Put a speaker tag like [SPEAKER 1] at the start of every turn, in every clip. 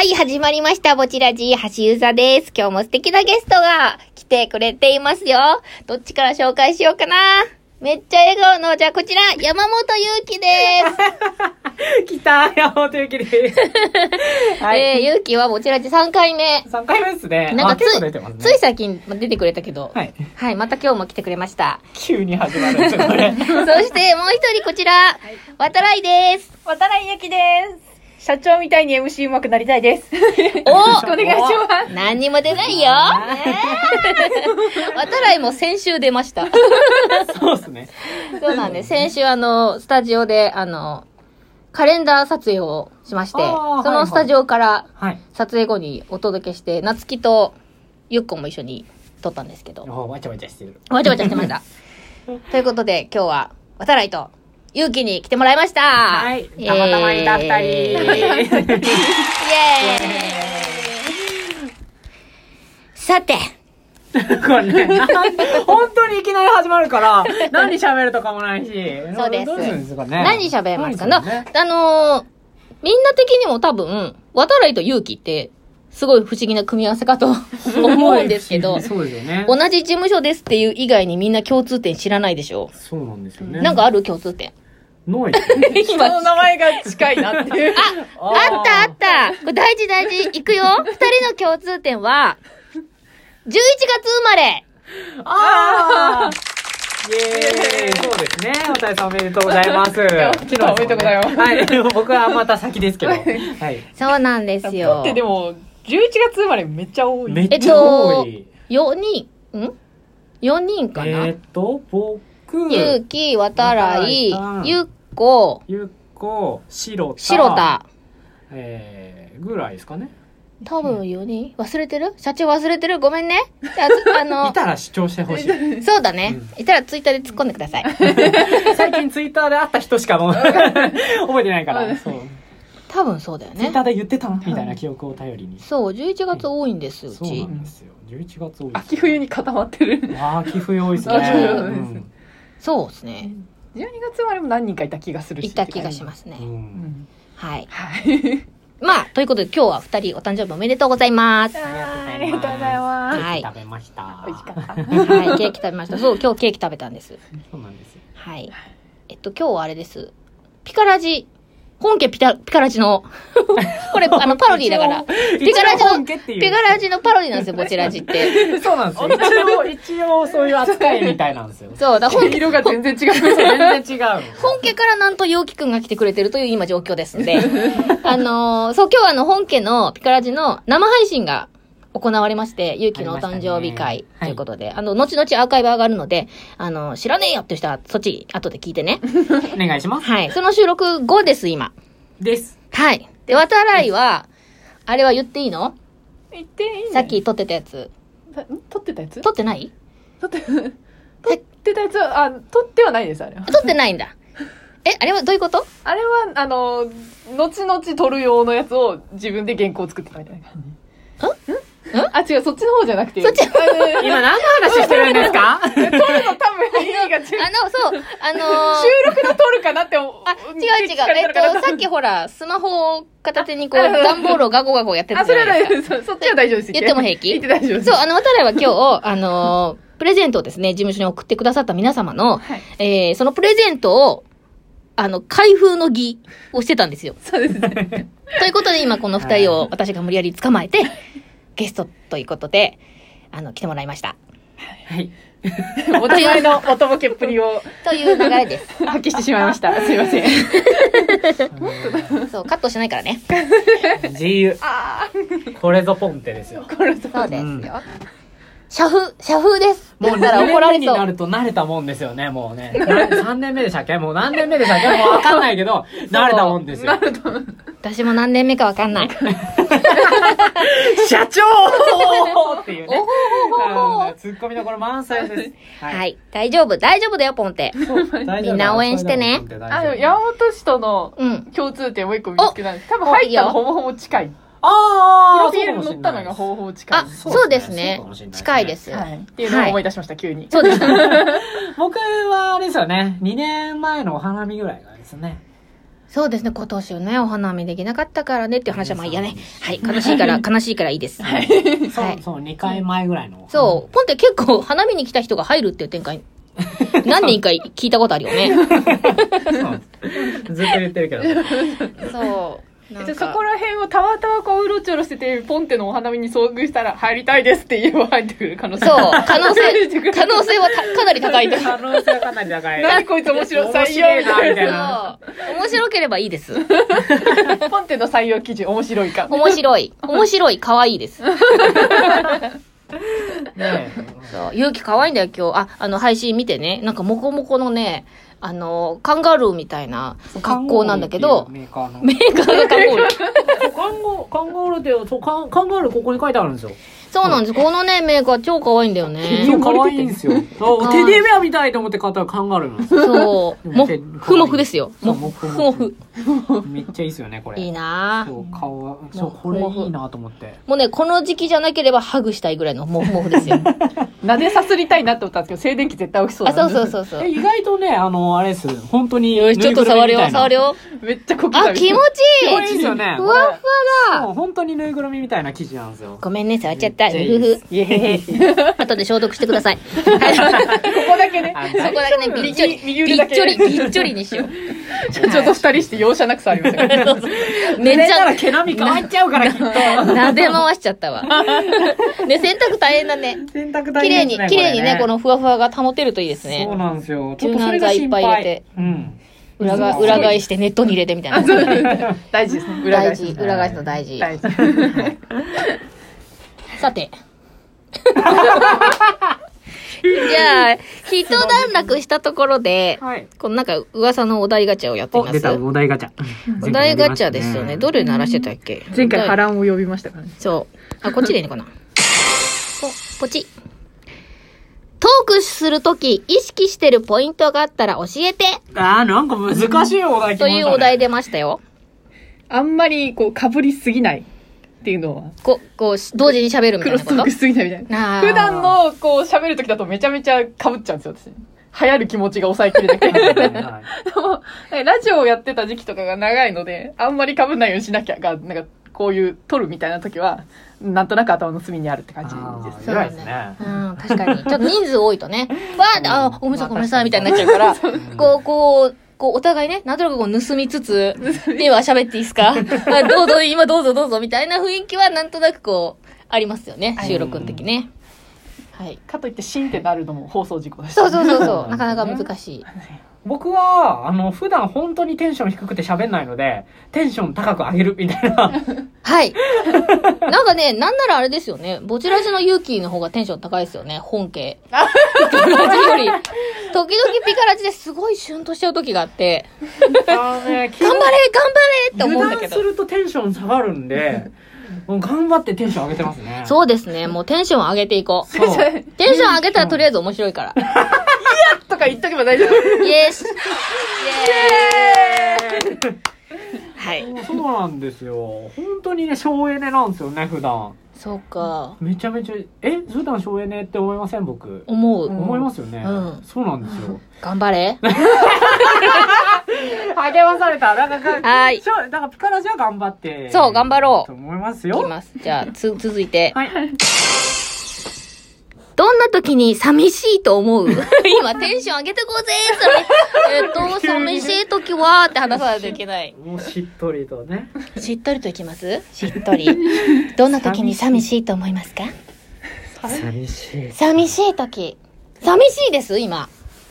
[SPEAKER 1] はい、始まりました。ぼちらじ、橋ゆざです。今日も素敵なゲストが来てくれていますよ。どっちから紹介しようかな。めっちゃ笑顔の、じゃあこちら、山本ゆうきです。
[SPEAKER 2] 来た、山本ゆうきです。
[SPEAKER 1] はい。ゆうきはぼちらじ3回目。
[SPEAKER 2] 3回目ですね。
[SPEAKER 1] なんか
[SPEAKER 2] 結構出てますね。
[SPEAKER 1] つい最近出てくれたけど。
[SPEAKER 2] はい。
[SPEAKER 1] はい、また今日も来てくれました。
[SPEAKER 2] 急に始まるんですよ、これ。
[SPEAKER 1] そしてもう一人こちら、渡来です。
[SPEAKER 3] 渡来ゆきです。社長みたいに MC 上手くなりたいです。
[SPEAKER 1] お
[SPEAKER 3] よろしくお願いします。
[SPEAKER 1] 何にも出ないよ。渡来も先週出ました。
[SPEAKER 2] そうですね。
[SPEAKER 1] そうなんです。先週スタジオでカレンダー撮影をしまして、そのスタジオから撮影後にお届けして、夏希とゆっこも一緒に撮ったんですけど。
[SPEAKER 2] わちゃわちゃしてる。
[SPEAKER 1] わちゃわちゃしてました。ということで今日は渡来とゆうきに来てもらいました。
[SPEAKER 2] はい。たまたまいた2人。イエーイ。
[SPEAKER 1] さて。
[SPEAKER 2] これね、本当にいきなり始まるから、何喋るとかもないし。
[SPEAKER 1] そうです。
[SPEAKER 2] どうするんですかね。
[SPEAKER 1] 何喋りますかな、みんな的にも多分、渡来とゆうきって、すごい不思議な組み合わせかと思うんですけど、
[SPEAKER 2] そうですよね。
[SPEAKER 1] 同じ事務所ですっていう以外にみんな共通点知らないでしょ。
[SPEAKER 2] そうなんですよね。
[SPEAKER 1] なんかある共通点。
[SPEAKER 2] ない。
[SPEAKER 3] 人の名前が近いなっていう。
[SPEAKER 1] あった。これ大事。いくよ。二人の共通点は、11月生まれ。
[SPEAKER 2] あーイエーイ。そうですね。おたえさんおめでとうございます。昨日
[SPEAKER 3] おめでとうございます。
[SPEAKER 2] はい。僕はまた先ですけど。はい。
[SPEAKER 1] そうなんですよ。
[SPEAKER 3] だってでも、11月生まれめっちゃ多い。
[SPEAKER 2] めっちゃ多い。
[SPEAKER 1] 4人かな。
[SPEAKER 2] 僕、
[SPEAKER 1] ゆうき、渡来、ゆっこ、白田。
[SPEAKER 2] ぐらいですかね。
[SPEAKER 1] 多分4人忘れてる？社長忘れてる？ごめんね。
[SPEAKER 2] いたら主張してほしい。
[SPEAKER 1] そうだね。いたらツイッターで突っ込んでください。
[SPEAKER 2] 最近ツイッターで会った人しかも覚えてないから。そう。
[SPEAKER 1] 多分そうだよね。
[SPEAKER 2] ツイッターで言ってたみたいな記憶を頼りに。
[SPEAKER 1] そう、11月多いんです、うち。
[SPEAKER 2] そうなんですよ。11月多い。
[SPEAKER 3] 秋冬に固まってる。
[SPEAKER 2] 秋冬多いですね。
[SPEAKER 1] そうですね。
[SPEAKER 3] 12月生まれも何人かいた気がするし。
[SPEAKER 1] いた気がしますね。はい。まあ、ということで今日は2人お誕生日おめでとうございます。
[SPEAKER 3] ありがとうございます。
[SPEAKER 2] はい。食べました。
[SPEAKER 3] 美味しかった。
[SPEAKER 1] はい、ケーキ食べました。そう、今日ケーキ食べたんです。
[SPEAKER 2] そうなんですよ。
[SPEAKER 1] はい。今日はあれです。ピカラジ、本家ピカラジの、これパロディだから。ピカラジのパロディなんですよ、ぼちらじって。
[SPEAKER 2] そうなんですよ。一応そういう扱いみたいなんですよ。
[SPEAKER 3] そうだ、色が全然違う。
[SPEAKER 2] 全然違う。
[SPEAKER 1] 本家からなんとゆうきくんが来てくれてるという今状況ですんで。そう、今日は本家のピカラジの生配信が行われまして、ゆうきのお誕生日会ということで、後々アーカイブ上がるので、知らねえよっていう人はそっち後で聞いてね。
[SPEAKER 2] お願いします。
[SPEAKER 1] はい。その収録後です、今。
[SPEAKER 2] です。
[SPEAKER 1] はい。で、渡来は、あれは言っていいの？
[SPEAKER 3] 言っていい？
[SPEAKER 1] さっき撮ってたやつ。
[SPEAKER 3] 撮ってたやつ？
[SPEAKER 1] 撮ってない？
[SPEAKER 3] 撮ってたやつは、撮ってはないです、あれは。
[SPEAKER 1] 撮ってないんだ。あれはどういうこと？
[SPEAKER 3] あれは、後々撮る用のやつを自分で原稿を作ってたみたいな感じ。違う、そっちの方じゃなくて。
[SPEAKER 1] そっち
[SPEAKER 2] 今何の話してるんですか？
[SPEAKER 3] 撮るの多分意味が違う。
[SPEAKER 1] そう、
[SPEAKER 3] 収録の撮るかなって
[SPEAKER 1] 違う。さっきほら、スマホを片手に段ボールをガゴガゴやってたじゃないですか。
[SPEAKER 3] そっちは大丈夫です。
[SPEAKER 1] 言っても平気？
[SPEAKER 3] 言って大丈夫です。
[SPEAKER 1] そう、渡来は今日、プレゼントをですね、事務所に送ってくださった皆様の、そのプレゼントを、開封の儀をしてたんですよ。
[SPEAKER 3] そうですね。
[SPEAKER 1] ということで今この二人を私が無理やり捕まえて、ゲストということで、来てもらいました。
[SPEAKER 2] はい。
[SPEAKER 3] お互いのおとぼけっぷりを。
[SPEAKER 1] という流れです。
[SPEAKER 3] 発揮してしまいました。すいません。
[SPEAKER 1] そう、カットしないからね。
[SPEAKER 2] 自由。これぞポンテですよ。
[SPEAKER 1] そうですよ。社風です。
[SPEAKER 2] もう2年目になると慣れたもんですよね、もうね。3年目でしたっけ？もう何年目でしたっけ？もうわかんないけど、慣れたもんですよ。
[SPEAKER 1] 私も何年目かわかんない。
[SPEAKER 2] 社長っていうね。ツッコミどころ満載です。
[SPEAKER 1] はい。大丈夫だよ、ポンテ。みんな応援してね。
[SPEAKER 3] 山本氏との共通点を一個見つけたんです。多分入ったのほぼほぼ近い。プロフィール載ったのがほぼほぼ近い。
[SPEAKER 1] そうですね。近いです。
[SPEAKER 3] っていうのを思い出しました、急に。
[SPEAKER 1] そうでした。
[SPEAKER 2] 僕はあれですよね、2年前のお花見ぐらいがですね。
[SPEAKER 1] そうですね、今年ね、お花見できなかったからねっていう話はまあいいやね。はい、悲しいからいいです。はい。
[SPEAKER 2] そう、2回前ぐらいの。
[SPEAKER 1] そう、ポンって結構花見に来た人が入るっていう展開、何人か聞いたことあるよね。
[SPEAKER 2] ずっと言ってるけど。
[SPEAKER 3] そう。そこら辺をたまたまこううろちょろしてて、ポンテのお花見に遭遇したら入りたいですって言えば入ってくる可能性。
[SPEAKER 1] そう、可能性はかなり高いと。
[SPEAKER 2] 可能性はかなり高い。
[SPEAKER 3] 何こいつ面白い。
[SPEAKER 2] 面白いな、みたいな。
[SPEAKER 1] 面白ければいいです。
[SPEAKER 3] ポンテの採用基準面白いか。
[SPEAKER 1] 面白い、可愛いです。
[SPEAKER 2] ね
[SPEAKER 1] そう、ゆうき可愛いんだよ、今日。配信見てね。なんかモコモコのね、カンガルーみたいな格好なんだけど、
[SPEAKER 2] メーカーが
[SPEAKER 1] カンガルー。
[SPEAKER 2] カンガルーって、カンガルーここに書いてあるんですよ。
[SPEAKER 1] そうなんです。このね、メーカー超可愛いんだよね。
[SPEAKER 2] 超可愛いんですよ。テディベアみたいと思って買ったらカンガルーなんですよ。
[SPEAKER 1] そう。ふもふですよ。ふもふ。
[SPEAKER 2] めっちゃいいですよね、これ。
[SPEAKER 1] いいな
[SPEAKER 2] ぁ。顔は、これいいなと思って。
[SPEAKER 1] もうね、この時期じゃなければハグしたいぐらいのモフモフですよ。
[SPEAKER 3] 撫でさすりたいなって思ったんですけど、静電気絶対起きそうだね。
[SPEAKER 1] そう。
[SPEAKER 2] 意外とね、あれです。本当に。
[SPEAKER 1] よし、ちょっと触るよ。
[SPEAKER 3] めっちゃこきたい。
[SPEAKER 1] 気持ちいい。
[SPEAKER 2] これいいですよね。
[SPEAKER 1] ふわふわだ。
[SPEAKER 2] そう、本当にぬいぐるみみたいな生地なんですよ。
[SPEAKER 1] ごめんね、触っちゃった。ふふ。後で消毒してください。ここ
[SPEAKER 3] だけね。
[SPEAKER 1] そこだけね、びっちょりにしよう。
[SPEAKER 3] ちょっと二人して容赦なく触りましたけど。
[SPEAKER 1] めっちゃ、
[SPEAKER 2] 毛並み変わっちゃうからきっと。
[SPEAKER 1] 撫で回しちゃったわ。ね、洗濯大変だね。
[SPEAKER 2] 洗濯大変ですね。
[SPEAKER 1] 綺麗にね、このふわふわが保てるといいですね。
[SPEAKER 2] そうなんですよ。
[SPEAKER 1] 柔軟剤いっぱい入れて。裏返してネットに入れてみたいな。
[SPEAKER 3] 大事ですね。
[SPEAKER 1] 裏返すの大事。さて。じゃあ、一段落したところで、このなんか噂のお題ガチャをやってみます。
[SPEAKER 2] 出た、お題ガチャ。
[SPEAKER 1] お題ガチャですよね。どれ鳴らしてたっけ？
[SPEAKER 3] 前回波乱を呼びましたからね。
[SPEAKER 1] そう。こっちでいいのかな？ポチ。トークするとき意識してるポイントがあったら教えて。
[SPEAKER 2] なんか難しいお題来ましたね。
[SPEAKER 1] というお題出ましたよ。
[SPEAKER 3] あんまり被りすぎない。っていうのは。
[SPEAKER 1] こう、同時に喋るみたいなこと。
[SPEAKER 3] クロストークしすぎないみたいな。普段の、喋るときだとめちゃめちゃ被っちゃうんですよ、私。流行る気持ちが抑えきれなくて。でも、ラジオをやってた時期とかが長いので、あんまり被んないようにしなきゃが、なんか、こういう撮るみたいな時は、なんとなく頭の隅にあるって感じです。
[SPEAKER 1] そうですね。確かに。ちょっと人数多いとね、わーって、ごめんなさい、みたいになっちゃうから、お互いね、なんとなく盗みつつ、では喋っていいですか今どうぞ、みたいな雰囲気はなんとなくありますよね。収録の時ね。はい。
[SPEAKER 3] かといってシーンってなるのも放送事故だし。
[SPEAKER 1] そう。なかなか難しい。
[SPEAKER 2] 僕は、普段本当にテンション低くて喋んないので、テンション高く上げるみたいな。
[SPEAKER 1] はい。なんかね、なんならあれですよね。ぼちらじのユーキーの方がテンション高いですよね。本家。ピカラジより。時々ピカラジですごいシュンとしちゃう時があって。頑張れって思うんだけど。
[SPEAKER 2] 油断するとテンション下がるんで、もう頑張ってテンション上げてますね。
[SPEAKER 1] そうですね。もうテンション上げていこう。テンション上げたらとりあえず面白いから。
[SPEAKER 3] とか言っとけば大丈夫。
[SPEAKER 1] イエス。イエーイ。はい。
[SPEAKER 2] そうなんですよ。本当にね、省エネなんですよね、普段。
[SPEAKER 1] そうか。
[SPEAKER 2] めちゃめちゃ、普段省エネって思いません僕。
[SPEAKER 1] 思
[SPEAKER 2] いますよね。そうなんですよ。
[SPEAKER 1] 頑張れ。
[SPEAKER 2] 励まされた。
[SPEAKER 1] はい。
[SPEAKER 2] だからピカラジは頑張って。
[SPEAKER 1] そう、頑張ろう。
[SPEAKER 2] と思いますよ。
[SPEAKER 1] いきます。じゃあ、続いて。
[SPEAKER 2] はい。
[SPEAKER 1] どんな時に寂しいと思う？今テンション上げてこうぜ寂しい時はって話さないといけない。
[SPEAKER 2] もうしっとりとね。
[SPEAKER 1] しっとりといきます？しっとり。どんな時に寂しいと思いますか？
[SPEAKER 2] 寂しい
[SPEAKER 1] 時。寂しいです今。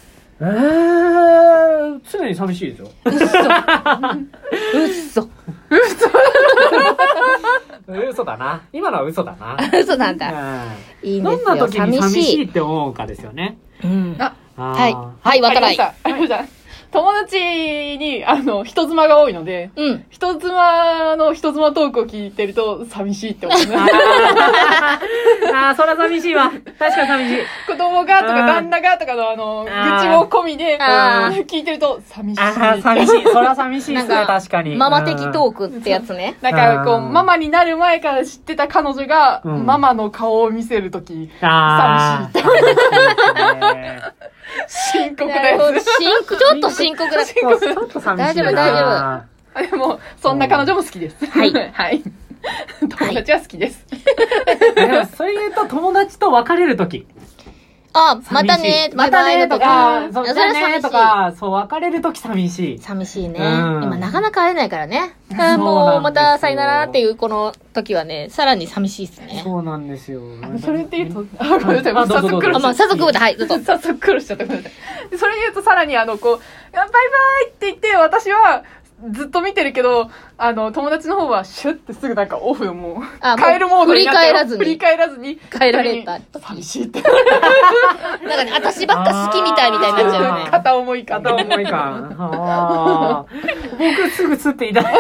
[SPEAKER 2] 常に寂しいですよ。嘘だな。今のは嘘だな。
[SPEAKER 1] 嘘なんだ。いいんですよ。
[SPEAKER 2] どんな時に寂しいって思うかですよね。
[SPEAKER 1] はい、わからない。
[SPEAKER 3] 友達に、人妻が多いので、人妻の人妻トークを聞いてると寂しいって思う。そりゃ
[SPEAKER 2] 寂しいわ。確かに寂しい。
[SPEAKER 3] 子供がとか旦那がとかの、愚痴も込みで、聞いてると寂しい。
[SPEAKER 2] 寂しい。そりゃ寂しいですね、確かに。
[SPEAKER 1] ママ的トークってやつね。
[SPEAKER 3] なんか、ママになる前から知ってた彼女が、ママの顔を見せるとき、寂しいって。 深刻な
[SPEAKER 1] なるほど。
[SPEAKER 3] やつ。
[SPEAKER 1] ちょっと深刻だ。
[SPEAKER 2] ちょっと寂しいな。
[SPEAKER 1] 大丈夫大丈
[SPEAKER 3] あ、でも、そんな彼女も好きです。
[SPEAKER 1] はい
[SPEAKER 3] はい。友達は好きです。
[SPEAKER 2] でもそれ言うと友達と別れるとき。
[SPEAKER 1] あ、またね、
[SPEAKER 2] またねとか、そう
[SPEAKER 1] そ
[SPEAKER 2] じゃあね
[SPEAKER 1] れは寂しい。
[SPEAKER 2] とか、そう、別れるとき寂しい。
[SPEAKER 1] 寂しいね。
[SPEAKER 2] うん
[SPEAKER 1] 今なかなか会えないからね。
[SPEAKER 2] そうなんですよ
[SPEAKER 1] もうまたさよならっていうこの時はね、さらに寂しいですね。
[SPEAKER 2] そうなんですよ。
[SPEAKER 3] それって言うと、あ、ごめんなさい、
[SPEAKER 2] あどうぞどうぞ
[SPEAKER 1] あ、まあ、早速、はい、どうぞ。
[SPEAKER 3] 早速苦労しちゃった。ごめんなさい。でそれで言うとさらにバイバイって言って、私はずっと見てるけど、友達の方はシュッてすぐなんかオフ、もう、
[SPEAKER 1] あもう
[SPEAKER 3] 帰るモードになって
[SPEAKER 1] 振り返らずに
[SPEAKER 3] 振り返らずに。
[SPEAKER 1] 帰られた。
[SPEAKER 3] 寂しいって。
[SPEAKER 1] なんかね、私ばっか好きみたいみたいになっちゃうよね。
[SPEAKER 3] 片思い感。
[SPEAKER 2] 片思い感。あー僕すぐすっていた。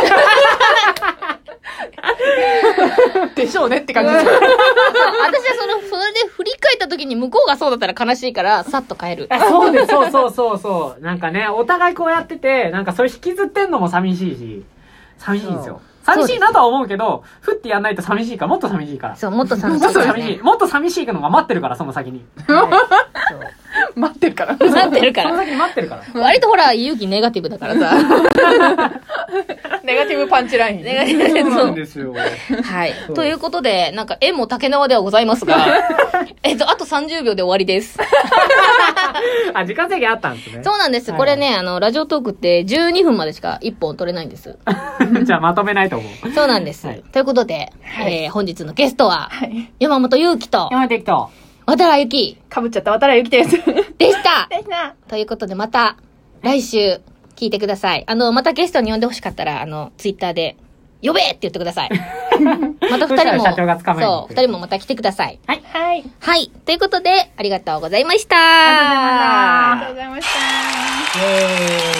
[SPEAKER 3] でしょうねって感じです。
[SPEAKER 1] 私はそれで振り返った時に向こうがそうだったら悲しいから、さっと帰る。
[SPEAKER 2] そうです、そう。なんかね、お互いこうやってて、なんかそれ引きずってんのも寂しいし、寂しいんですよ。寂しいなとは思うけど、ふってやんないと寂しいから、もっと寂しいから。
[SPEAKER 1] そう、もっと寂しい
[SPEAKER 2] もっと
[SPEAKER 1] です
[SPEAKER 2] 寂しい。
[SPEAKER 1] ね。
[SPEAKER 2] もっと寂しいのが待ってるから、その先に。
[SPEAKER 3] 待ってるから。
[SPEAKER 1] 待ってるから。
[SPEAKER 2] その先に待ってるから。
[SPEAKER 1] 割とほら、勇気ネガティブだからさ。
[SPEAKER 3] ネガティブパンチライン。
[SPEAKER 1] ネガティブ
[SPEAKER 2] そうなんですよ。
[SPEAKER 1] はい。
[SPEAKER 2] そう
[SPEAKER 1] ということで、なんか、縁も竹縄ではございますが、あと30秒で終わりです。
[SPEAKER 2] あ、時間制限あったんですね。
[SPEAKER 1] そうなんです。
[SPEAKER 2] はい
[SPEAKER 1] これね、ラジオトークって12分までしか1本取れないんです。
[SPEAKER 2] じゃあまとめないと思う。
[SPEAKER 1] そうなんです。
[SPEAKER 2] はい
[SPEAKER 1] ということで、本日のゲストは、
[SPEAKER 3] はい。
[SPEAKER 1] 山本祐希と、
[SPEAKER 2] 山できた。
[SPEAKER 1] 渡良ゆき
[SPEAKER 3] かぶっちゃった渡良ゆきです。
[SPEAKER 1] でした
[SPEAKER 3] でした。
[SPEAKER 1] ということで、また、来週、聞いてください。またゲストに呼んでほしかったら、ツイッターで、呼べって言ってください。また二人
[SPEAKER 2] そしたら
[SPEAKER 1] も、
[SPEAKER 2] 社長が捕まえに行
[SPEAKER 1] そう、
[SPEAKER 2] く
[SPEAKER 1] 二人もまた来てください。
[SPEAKER 3] はい。
[SPEAKER 1] はい。ということで、ありがとうございました。
[SPEAKER 3] ありがとうございました。
[SPEAKER 2] イェーイ。